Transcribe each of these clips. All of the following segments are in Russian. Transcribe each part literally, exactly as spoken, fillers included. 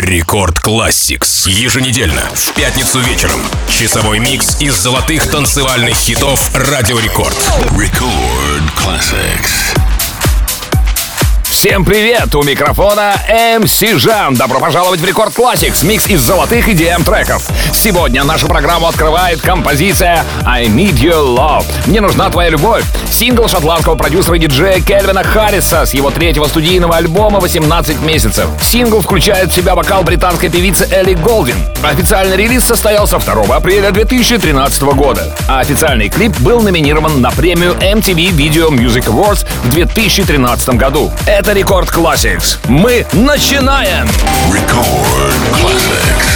Рекорд Classics. Еженедельно, в пятницу вечером. Часовой микс из золотых танцевальных хитов Радио Рекорд. Record Classics. Всем привет! У микрофона эм си Жан. Добро пожаловать в Рекорд Classics, микс из золотых и ди эм-треков. Сегодня нашу программу открывает композиция «I Need Your Love». «Мне нужна твоя любовь». Сингл шотландского продюсера и диджея Кельвина Харриса с его третьего студийного альбома «восемнадцать месяцев». Сингл включает в себя вокал британской певицы Элли Голдин. Официальный релиз состоялся второго апреля две тысячи тринадцатого года, а официальный клип был номинирован на премию эм ти ви Video Music Awards в две тысячи тринадцатом году. Это Рекорд Classics. Мы начинаем! Record Classics.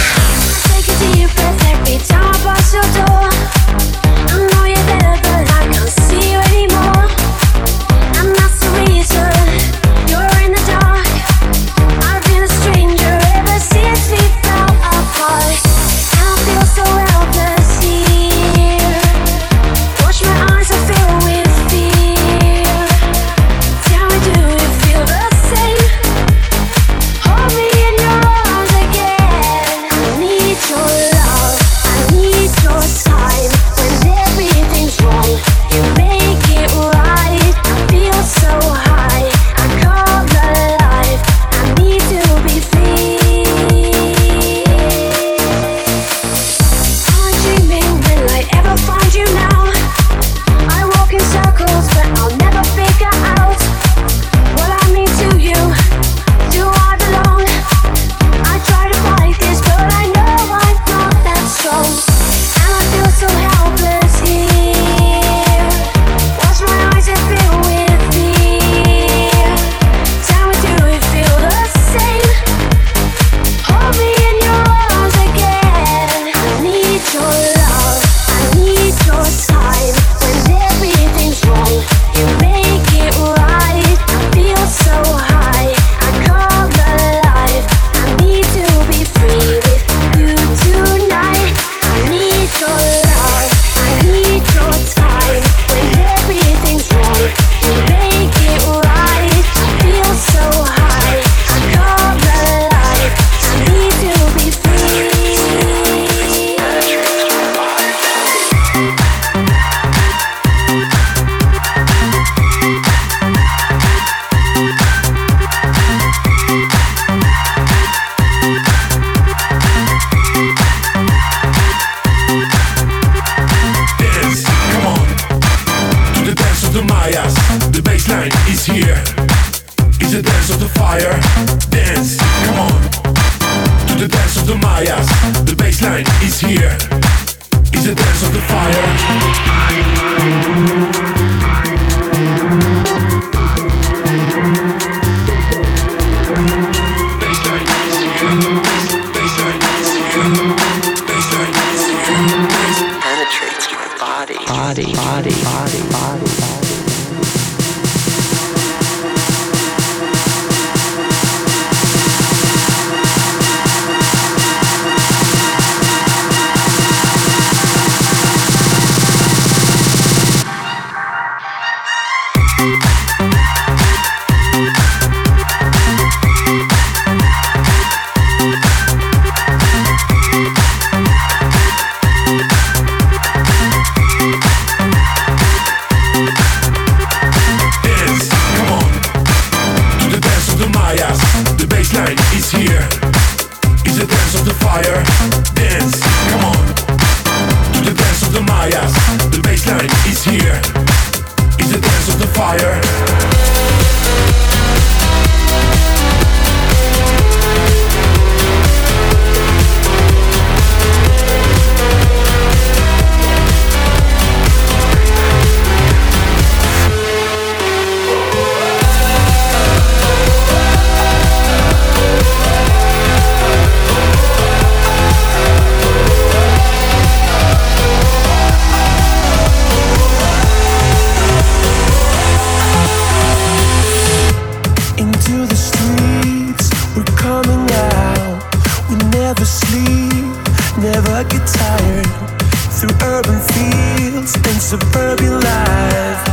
Suburban life.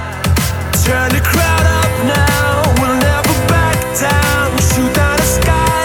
Turn the crowd up now. We'll never back down. Shoot down the sky.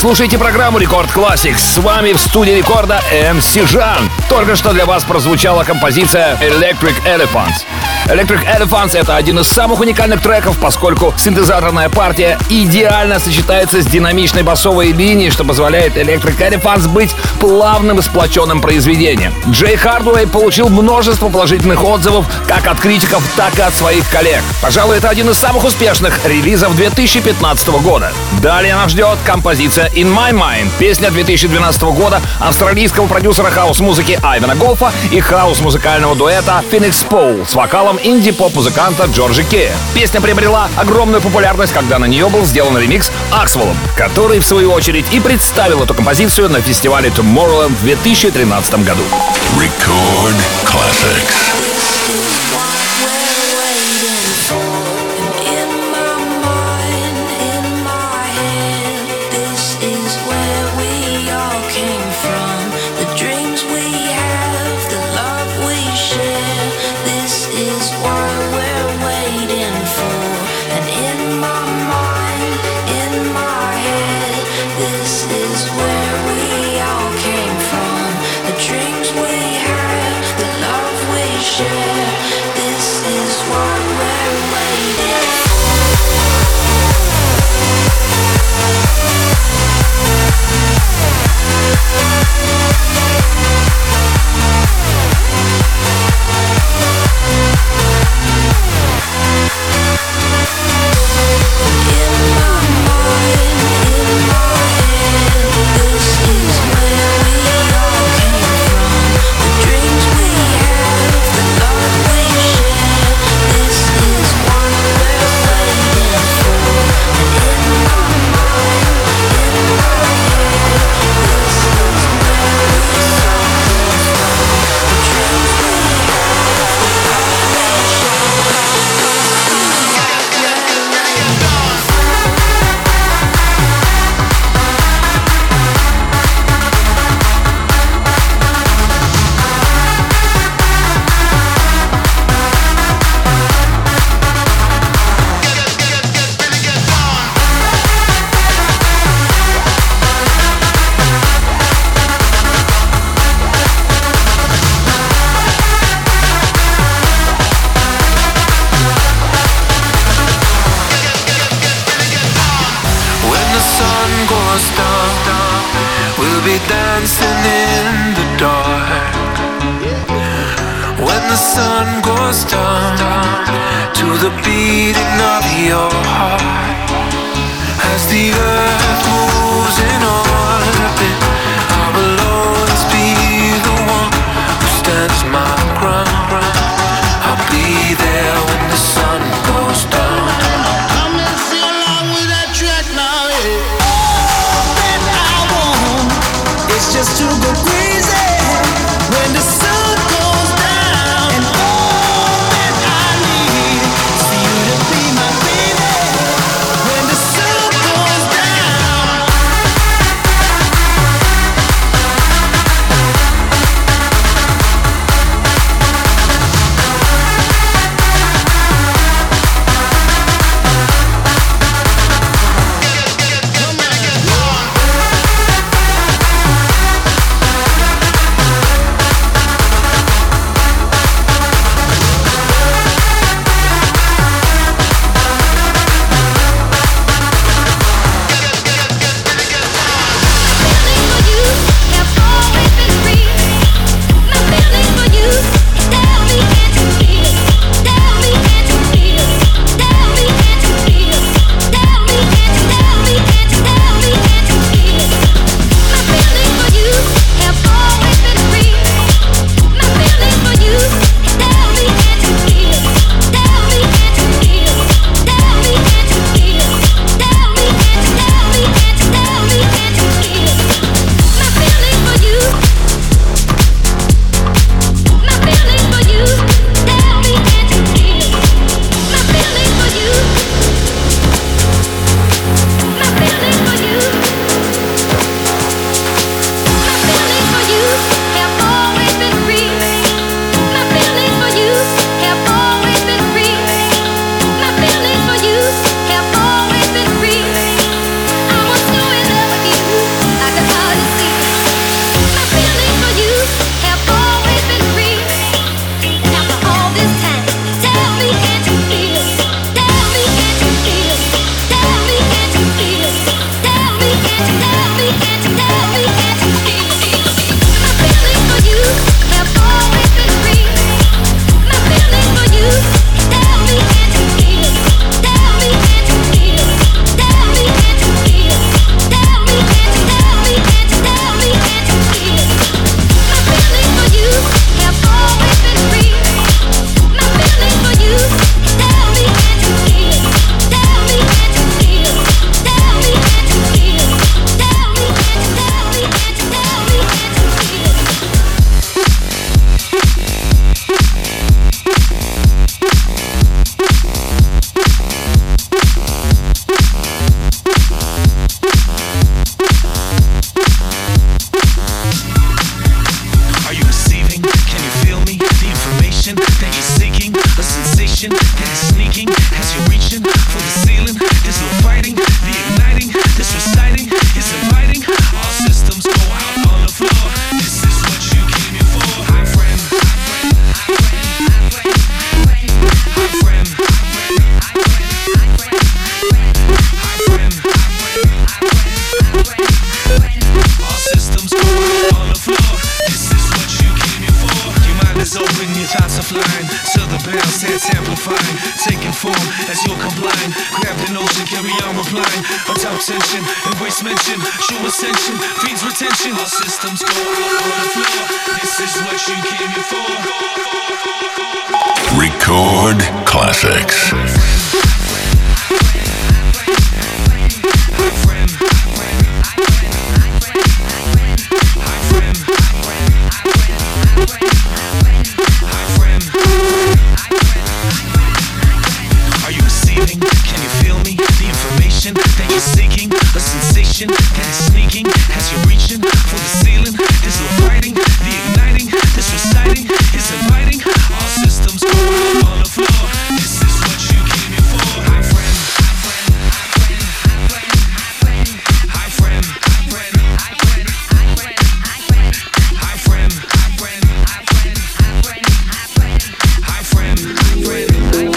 слушаете программу Рекорд Classics. С вами в студии Рекорда эм си Жан. Только что для вас прозвучала композиция Electric Elephants. Electric Elephants — это один из самых уникальных треков, поскольку синтезаторная партия идеально сочетается с динамичной басовой линией, что позволяет Electric Elephants быть плавным и сплоченным произведением. Джей Хардуэй получил множество положительных отзывов как от критиков, так и от своих коллег. Пожалуй, это один из самых успешных релизов две тысячи пятнадцатого года. Далее нас ждет композиция In My Mind, песня две тысячи двенадцатого года австралийского продюсера хаус-музыки Айвена Голфа и хаус-музыкального дуэта Phoenix Paul с вокалом инди-поп-музыканта Джорджи Кея. Песня приобрела огромную популярность, когда на нее был сделан ремикс Аксвеллом, который, в свою очередь, и представил эту композицию на фестивале Tomorrowland в две тысячи тринадцатом году. Record Classics. Sunsets amplifying, taking form as you're complying. Grab the notion, carry on replying. A top tension, embrace mention, show ascension, feeds retention. Our systems go all on the floor. This is what you came here for. Record classics. That you're seeking, a sensation that is sneaking as you're reaching for the ceiling. There's no fighting, the igniting, this reciting is inviting. All systems go out on the floor. This is what you came here for. Hi friend, hi friend, hi friend, hi friend, hi friend, hi friend, hi friend, hi friend.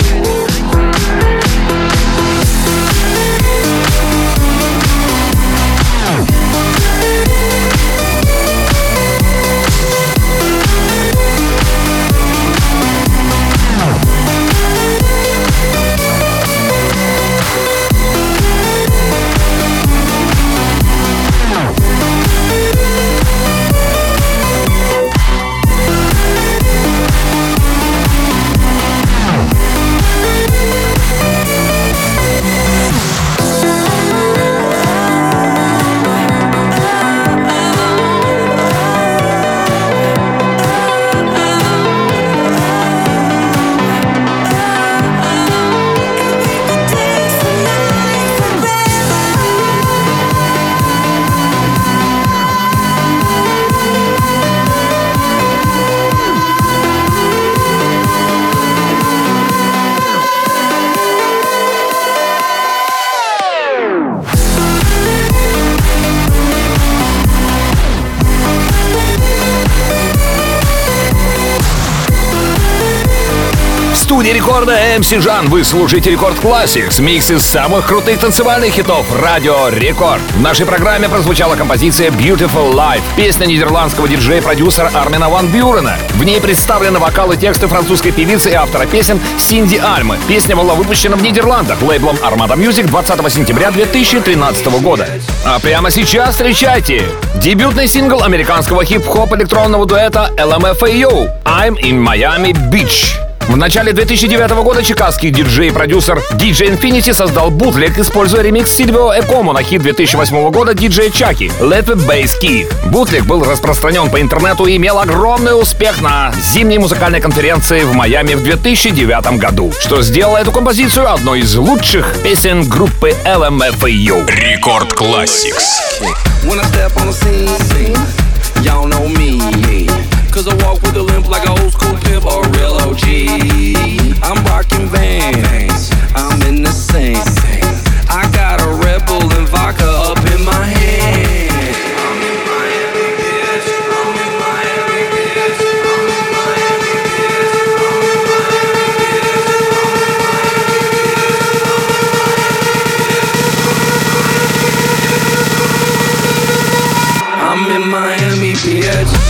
В студии рекорда эм си Жан. Вы слушаете Рекорд Classics, микс из самых крутых танцевальных хитов Радио Рекорд. В нашей программе прозвучала композиция Beautiful Life, песня нидерландского диджея-продюсера Армина ван Бюрена. В ней представлены вокалы и тексты французской певицы и автора песен Синди Альмы. Песня была выпущена в Нидерландах лейблом Armada Music двадцатого сентября две тысячи тринадцатого года. А прямо сейчас встречайте дебютный сингл американского хип-хоп электронного дуэта эл эм эф эй ю «I'm in Miami Beach». В начале две тысячи девятого года чикагский диджей и продюсер ди джей Infinity создал бутлег, используя ремикс Сильвио Экому на хит две тысячи восьмого года диджея Чаки «Let the Bass Kick». Бутлег был распространен по интернету и имел огромный успех на зимней музыкальной конференции в Майами в две тысячи девятом году, что сделало эту композицию одной из лучших песен группы эл эм эф эй ю. Рекорд Classics. Cause I walk with a limp like an old school pimp or a real O G. I'm rocking Vans, I'm in the same. I got a Red Bull and vodka up in my hand. I'm in Miami, bitch. I'm in Miami, bitch. I'm in Miami, bitch. I'm in Miami, bitch. I'm in Miami, bitch.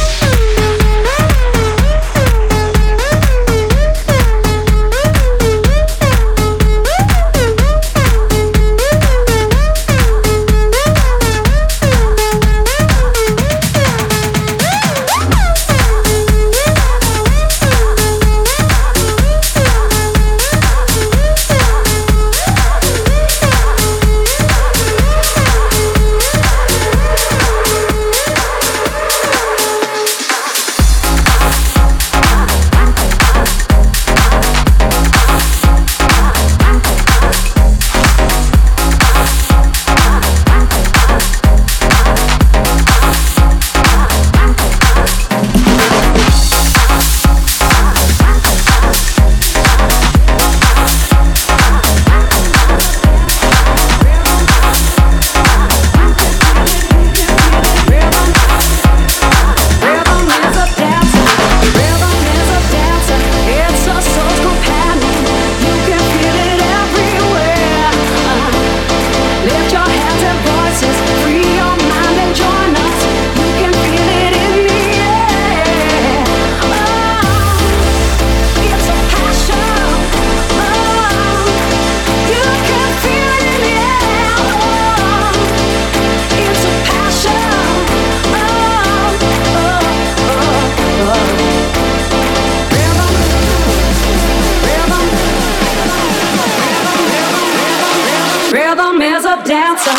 dancer.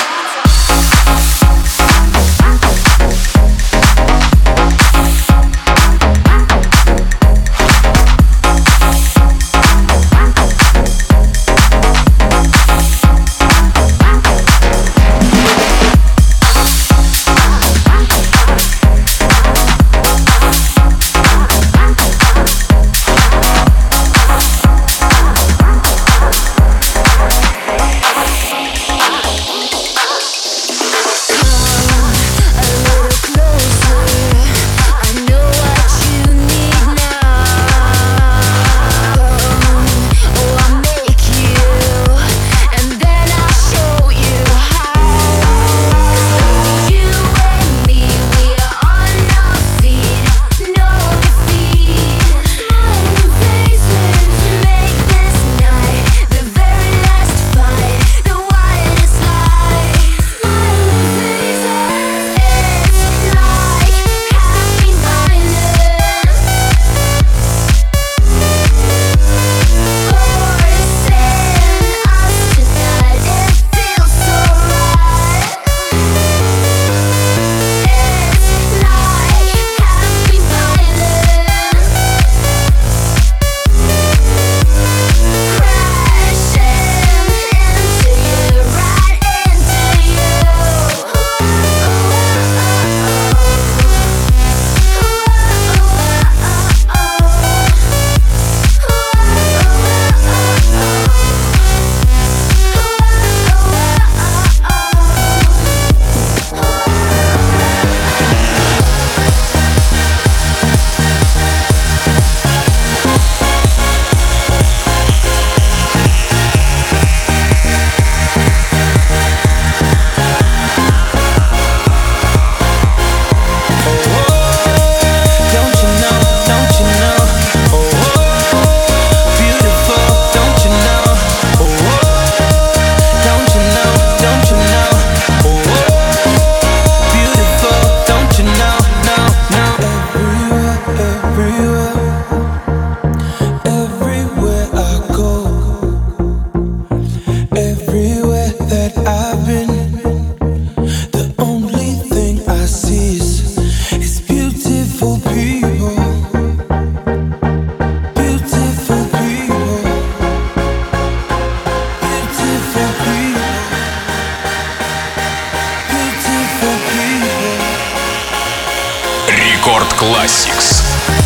Рекорд Classics.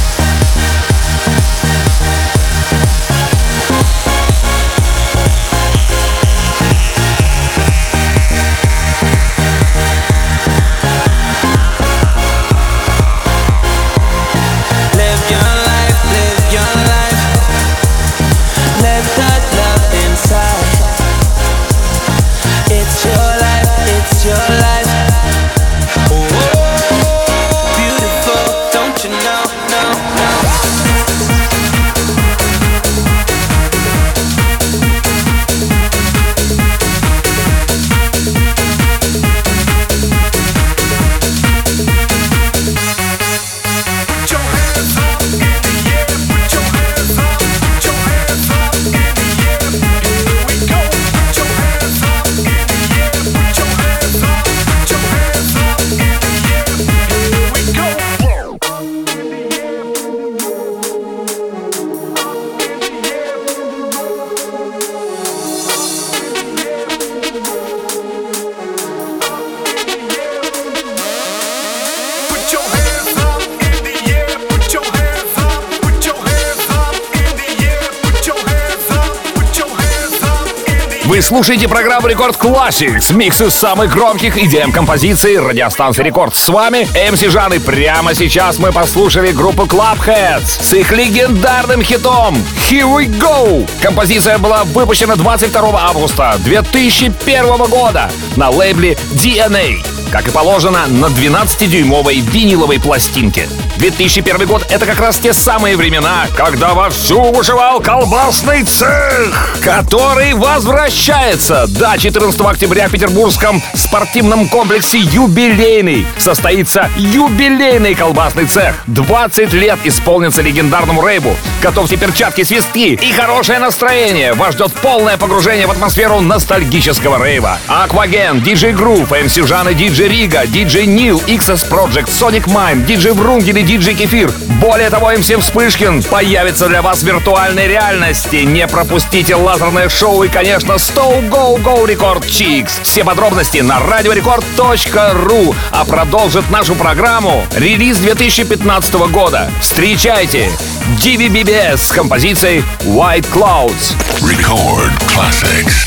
Вы слушаете программу Рекорд Classics, микс из самых громких и ди эм-композиций радиостанции Рекорд. С вами эм си Жан, и прямо сейчас мы послушали группу Clubheads с их легендарным хитом Here We Go. Композиция была выпущена двадцать второго августа две тысячи первого года на лейбле ди эн эй, как и положено, на двенадцатидюймовой виниловой пластинке. две тысячи первый год — это как раз те самые времена, когда вовсю бушевал колбасный цех, который возвращается. Да, четырнадцатого октября в петербургском спортивном комплексе «Юбилейный» состоится юбилейный колбасный цех. двадцать лет исполнится легендарному рейву. Готовьте перчатки, свистки и хорошее настроение. Вас ждет полное погружение в атмосферу ностальгического рейва. Aquagen, диджей Groove, эм си Жан и диджей Рига, диджей Нил, икс эс Project, Sonic Mind, диджей Врунгель и диджей Кефир. Более того, эм си Вспышкин появится для вас в виртуальной реальности. Не пропустите лазерное шоу и, конечно, сто Go Go Record Chicks. Все подробности на радиорекорд точка ру. А продолжит нашу программу релиз две тысячи пятнадцатого года. Встречайте ди ви би би эс с композицией White Clouds. Record classics.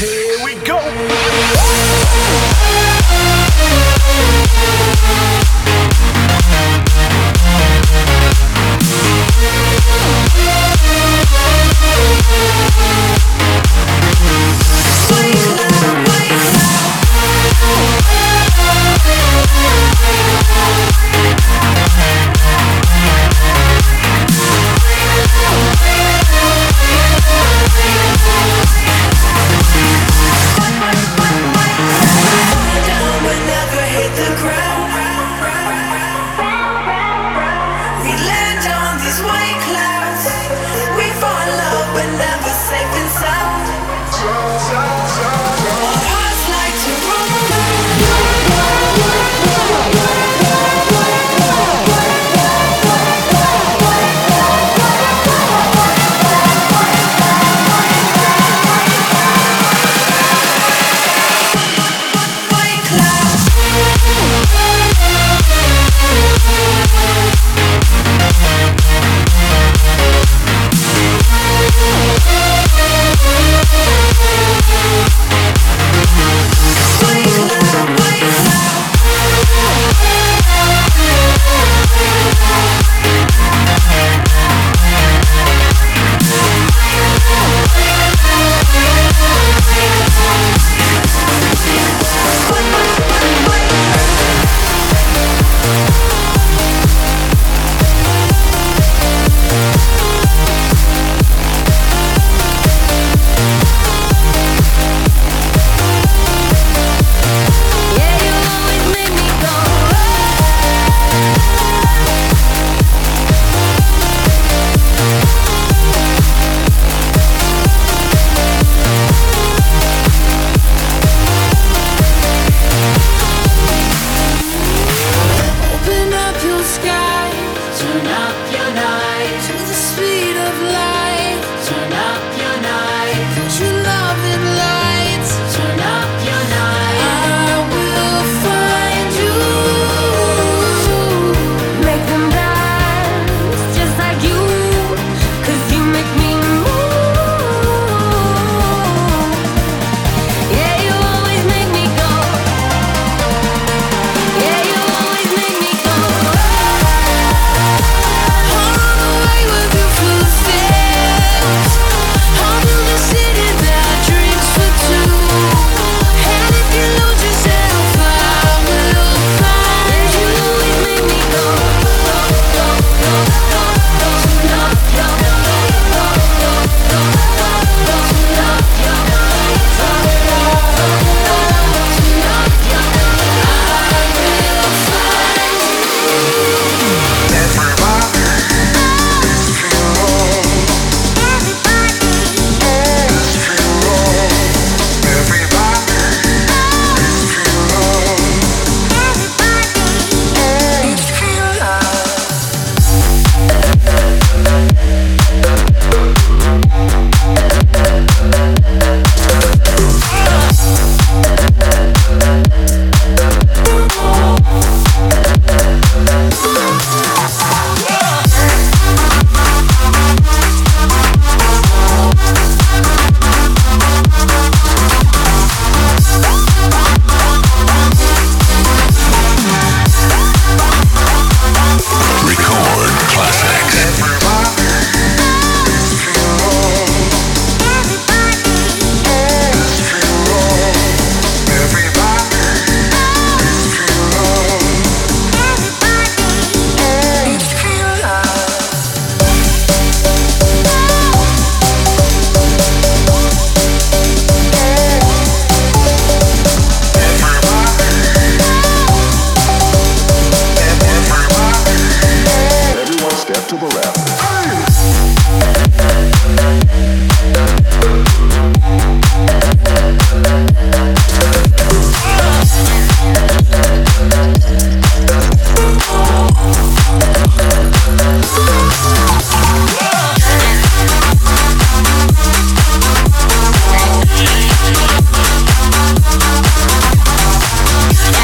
to the left.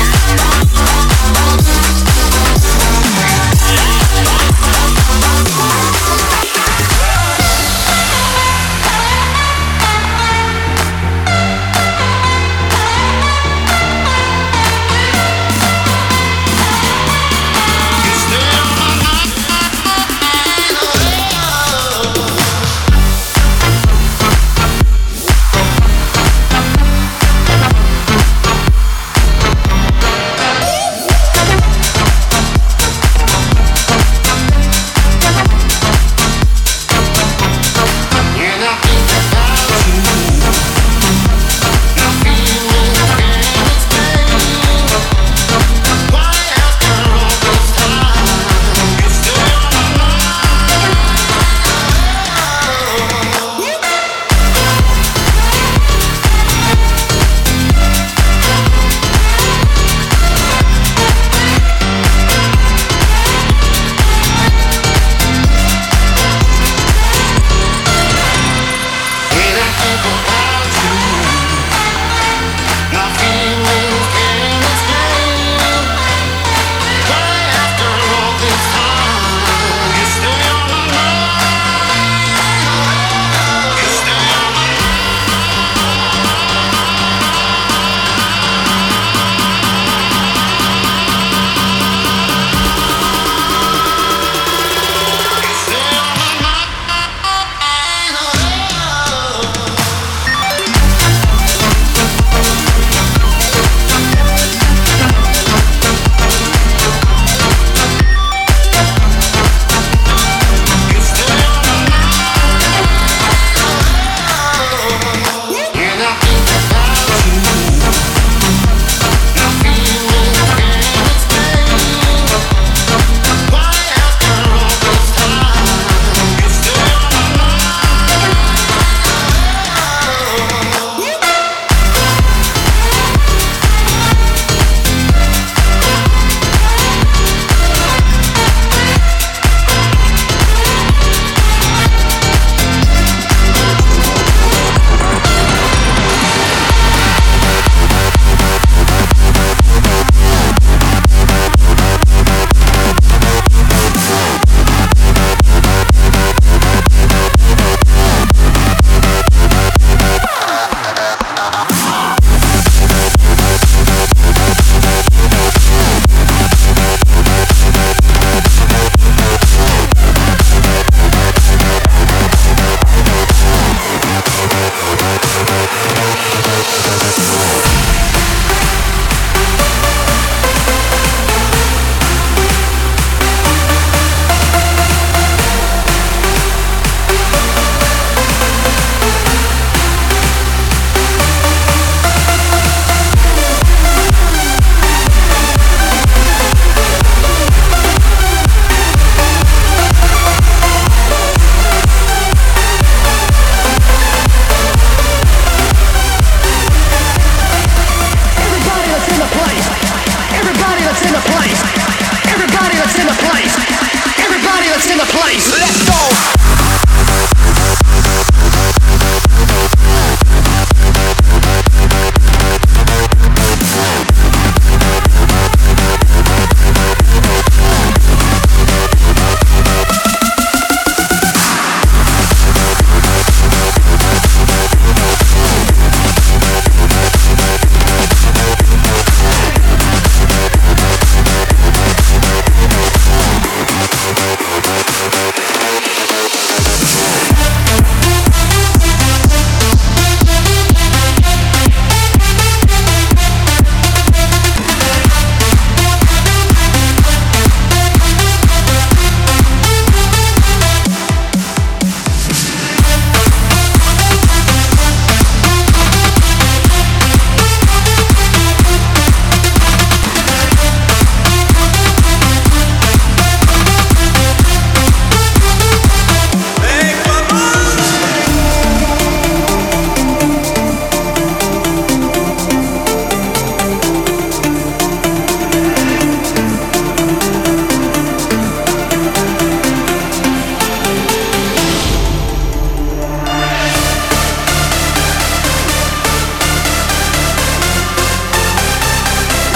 We'll be right back.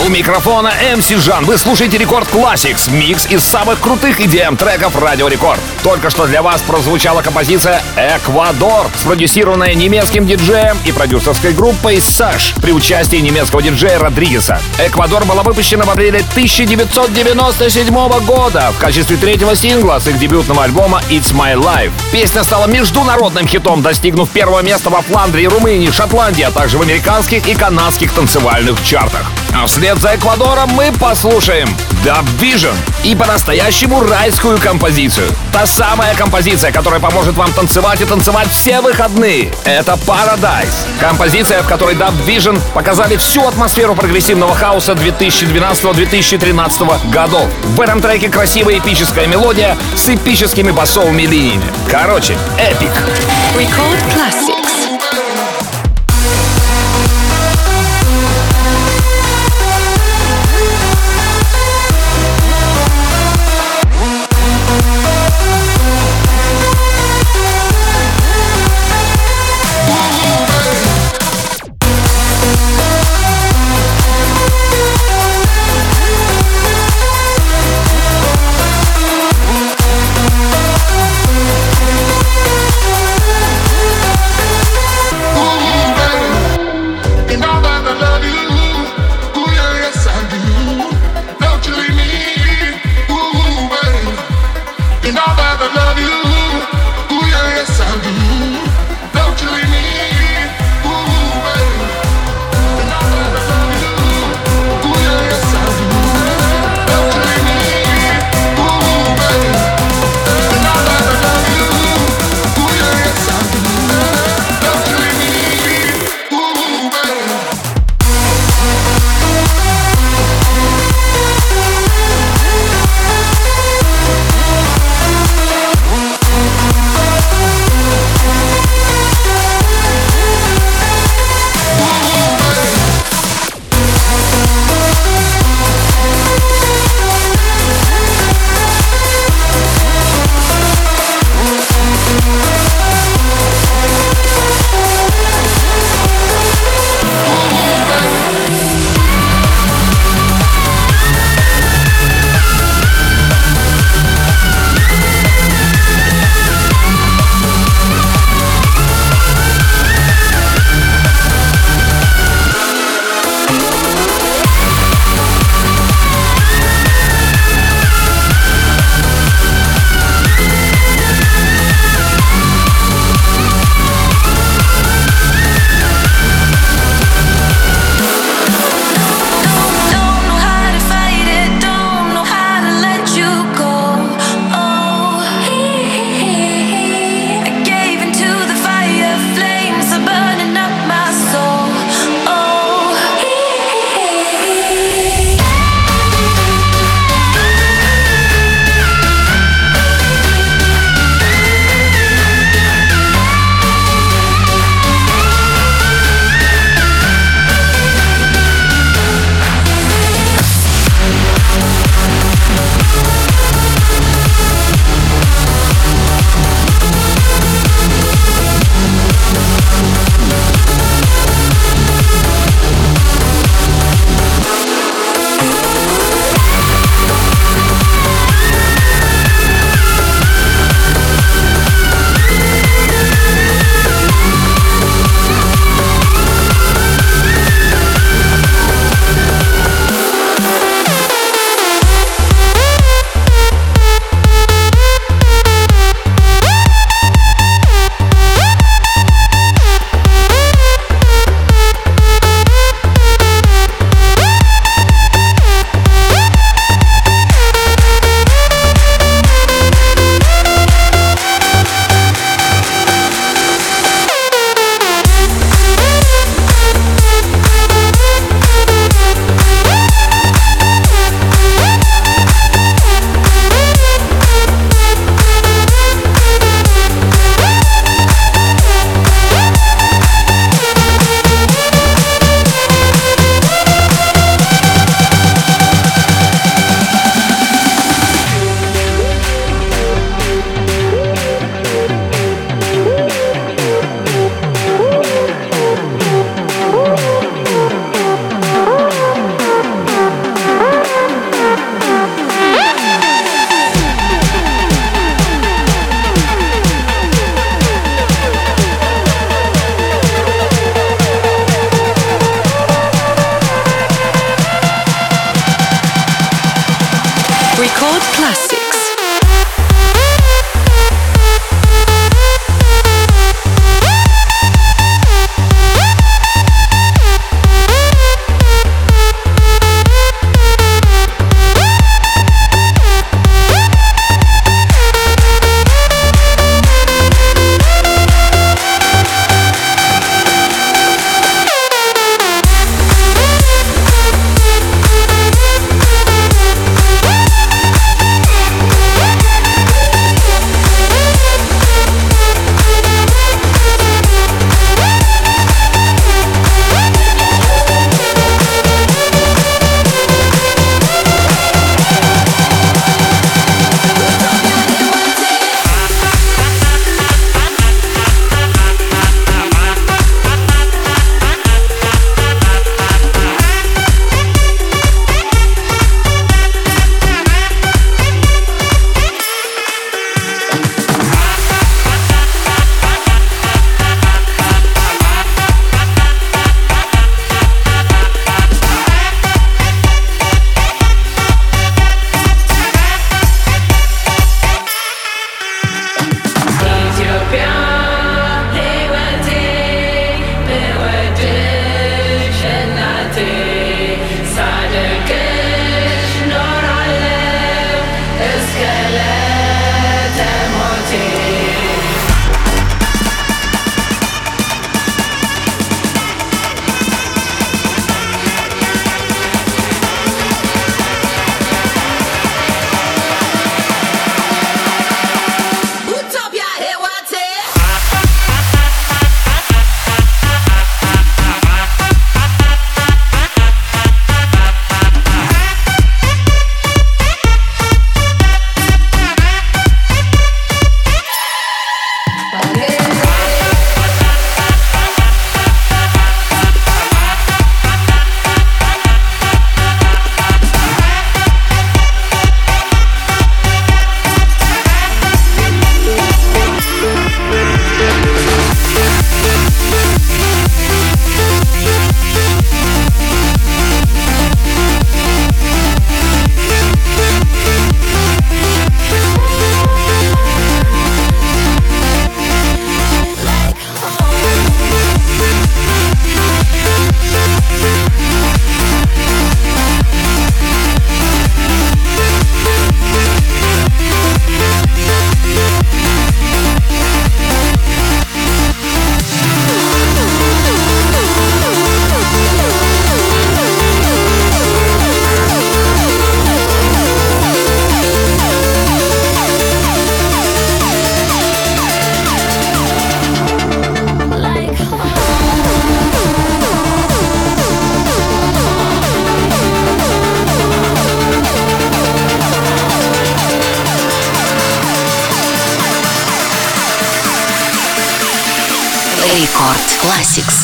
У микрофона эм си Жан. Вы слушаете Рекорд Classics, микс из самых крутых и ди эм-треков Радио Рекорд. Только что для вас прозвучала композиция «Эквадор», спродюсированная немецким диджеем и продюсерской группой «Саш» при участии немецкого диджея Родригеса. «Эквадор» была выпущена в апреле тысяча девятьсот девяносто седьмого года в качестве третьего сингла с их дебютного альбома «It's My Life». Песня стала международным хитом, достигнув первого места во Фландрии, Румынии, Шотландии, а также в американских и канадских танцевальных чартах. А вслед за «Эквадором» мы послушаем Dub Vision и по-настоящему райскую композицию. Та самая композиция, которая поможет вам танцевать и танцевать все выходные. Это Paradise. Композиция, в которой Dub Vision показали всю атмосферу прогрессивного хаоса две тысячи двенадцатого - две тысячи тринадцатого годов. В этом треке красивая эпическая мелодия с эпическими басовыми линиями. Короче, эпик. Record Classics. Рекорд Classics.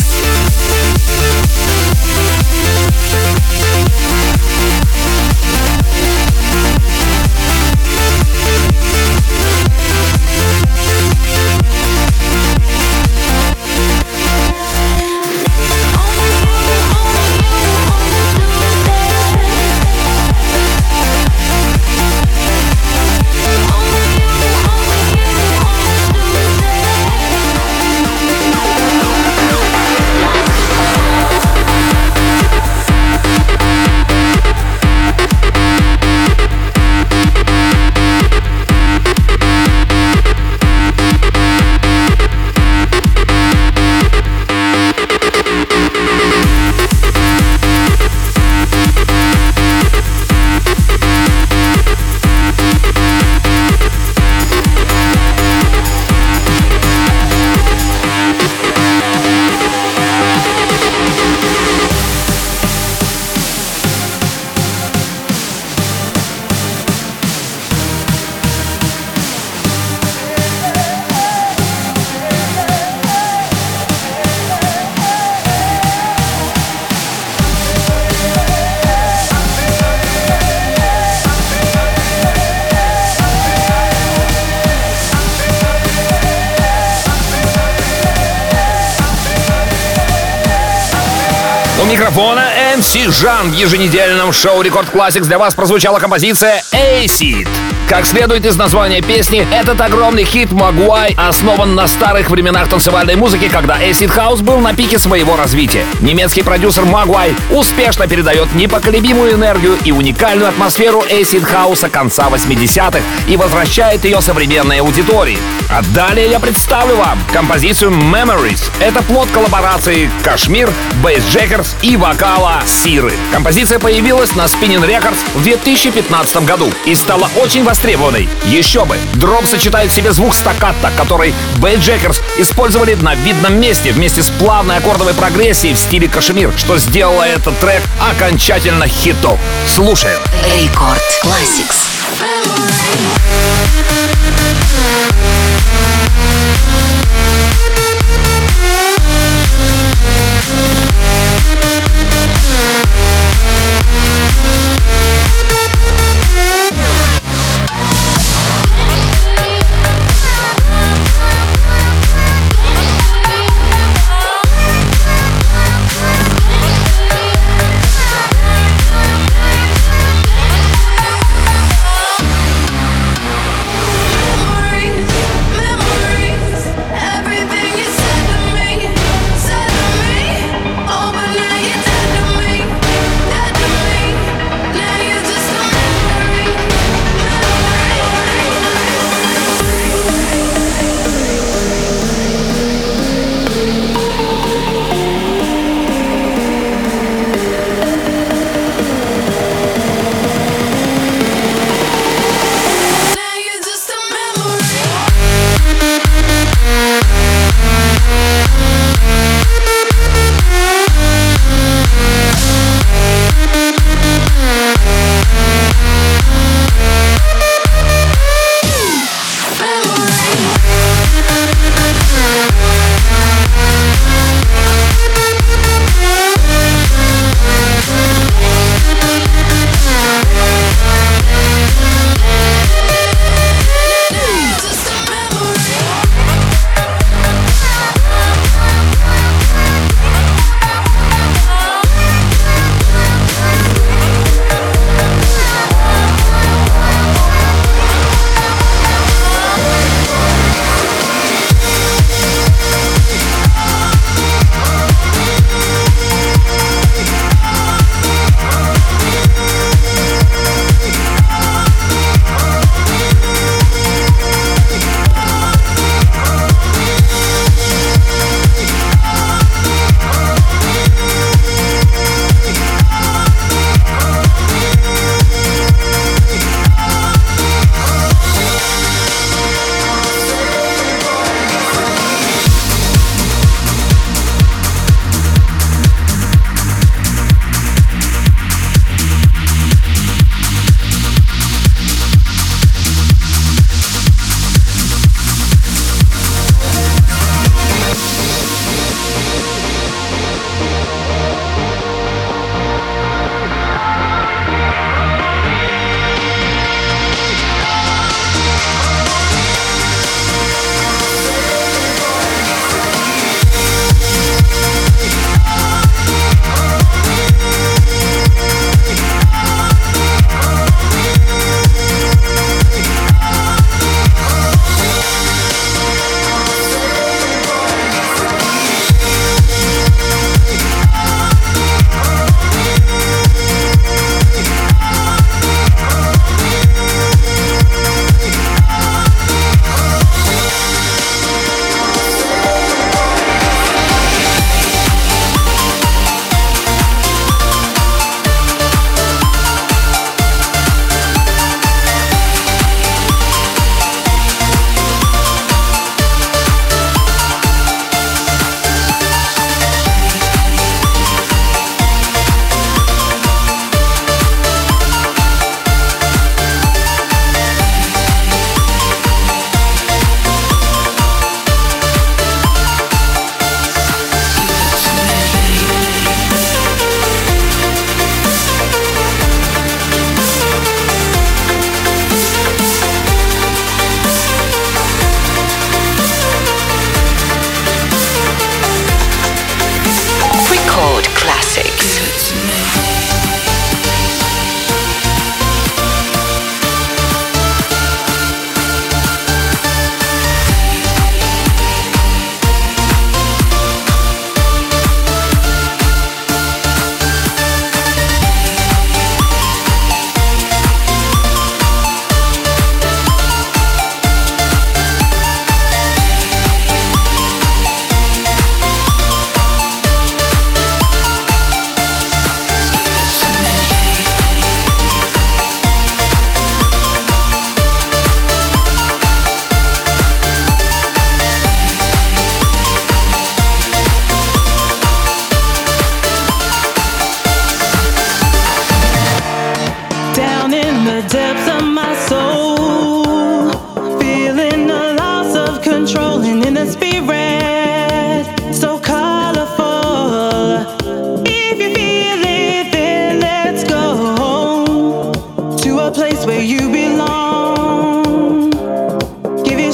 У микрофона эм си Жан. В еженедельном шоу Рекорд Classics для вас прозвучала композиция «Acid». Как следует из названия песни, этот огромный хит Mogwai основан на старых временах танцевальной музыки, когда Acid House был на пике своего развития. Немецкий продюсер Mogwai успешно передает непоколебимую энергию и уникальную атмосферу Acid House конца восьмидесятых и возвращает ее современной аудитории. А далее я представлю вам композицию Memories. Это плод коллаборации Кашмир, Bassjackers и вокала Сиры. Композиция появилась на Spinning Records в две тысячи пятнадцатом году и стала очень востребованной. Еще бы! Дроп сочетает в себе звук стаккато, который Bassjackers использовали на видном месте вместе с плавной аккордовой прогрессией в стиле Кашмир, что сделало этот трек окончательно хитом. Слушаем. Рекорд Classics.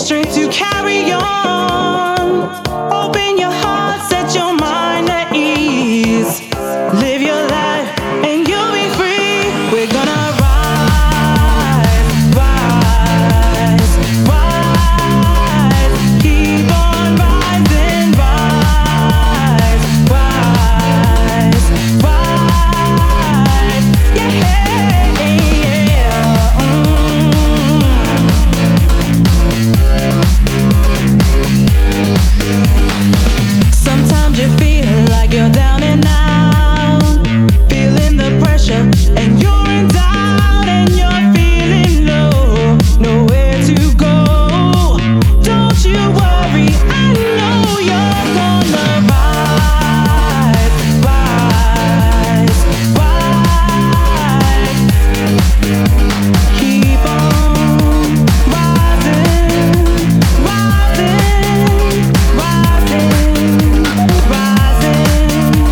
strength to carry on. Open your heart, set your mind at ease. Live your life and you'll be free. We're gonna rise, rise, rise. Keep on rising, rise, rise, rise. Yeah, yeah. Mm. Sometimes you feel like you're down and out, feeling the pressure, and you're in doubt, and you're feeling low, nowhere to go. Don't you worry, I know you're gonna rise, rise, rise. Keep on rising, rising, rising, rising,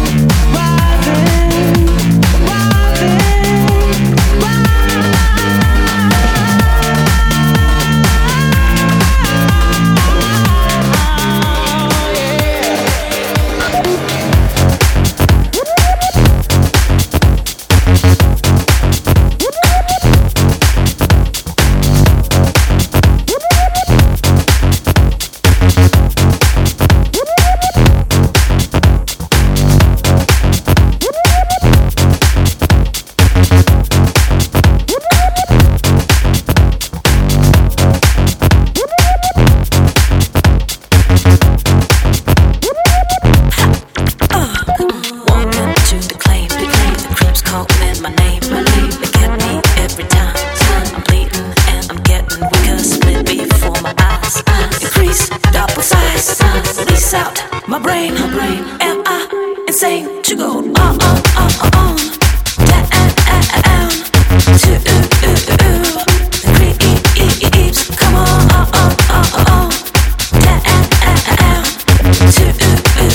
Welcome to the claim, the claim. The creeps calling my name, my name. They get me every time, time. I'm bleeding and I'm getting weaker. Split before my eyes, increase double size. Release out my brain, my brain. Am I insane to go on, on, on, on? Down to the creeps. Come on, on, on, on, on. Down to the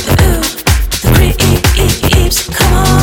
creeps. Come on.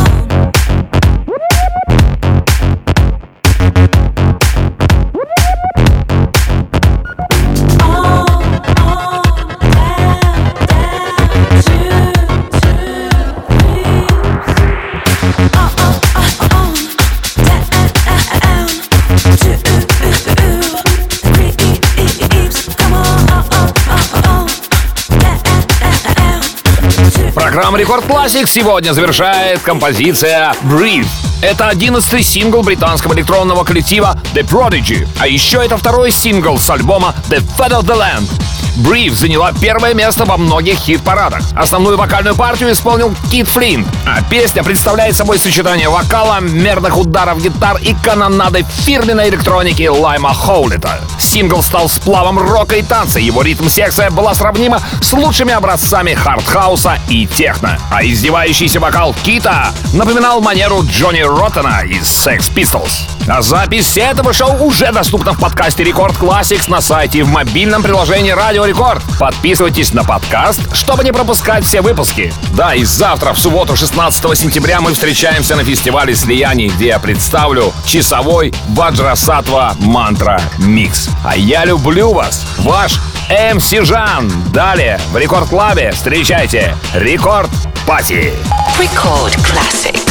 Программа Рекорд Classic сегодня завершает композиция Breathe. Это одиннадцатый сингл британского электронного коллектива The Prodigy. А еще это второй сингл с альбома The Fate of the Land. Breathe заняла первое место во многих хит-парадах. Основную вокальную партию исполнил Кит Флинн, а песня представляет собой сочетание вокала, мерных ударов гитар и канонады фирменной электроники Лайма Хоулита. Сингл стал сплавом рока и танца, его ритм-секция была сравнима с лучшими образцами хардхауса и техно. А издевающийся вокал Кита напоминал манеру Джонни Роттена из Sex Pistols. А запись этого шоу уже доступна в подкасте Рекорд Classics на сайте и в мобильном приложении Радио Рекорд. Подписывайтесь на подкаст, чтобы не пропускать все выпуски. Да, и завтра, в субботу, шестнадцатого сентября, мы встречаемся на фестивале слияний, где я представлю часовой Vajrasattva Mantra Mix. А я люблю вас, ваш эм си Жан. Далее в Рекорд Клабе встречайте Рекорд Пати. Record Classic.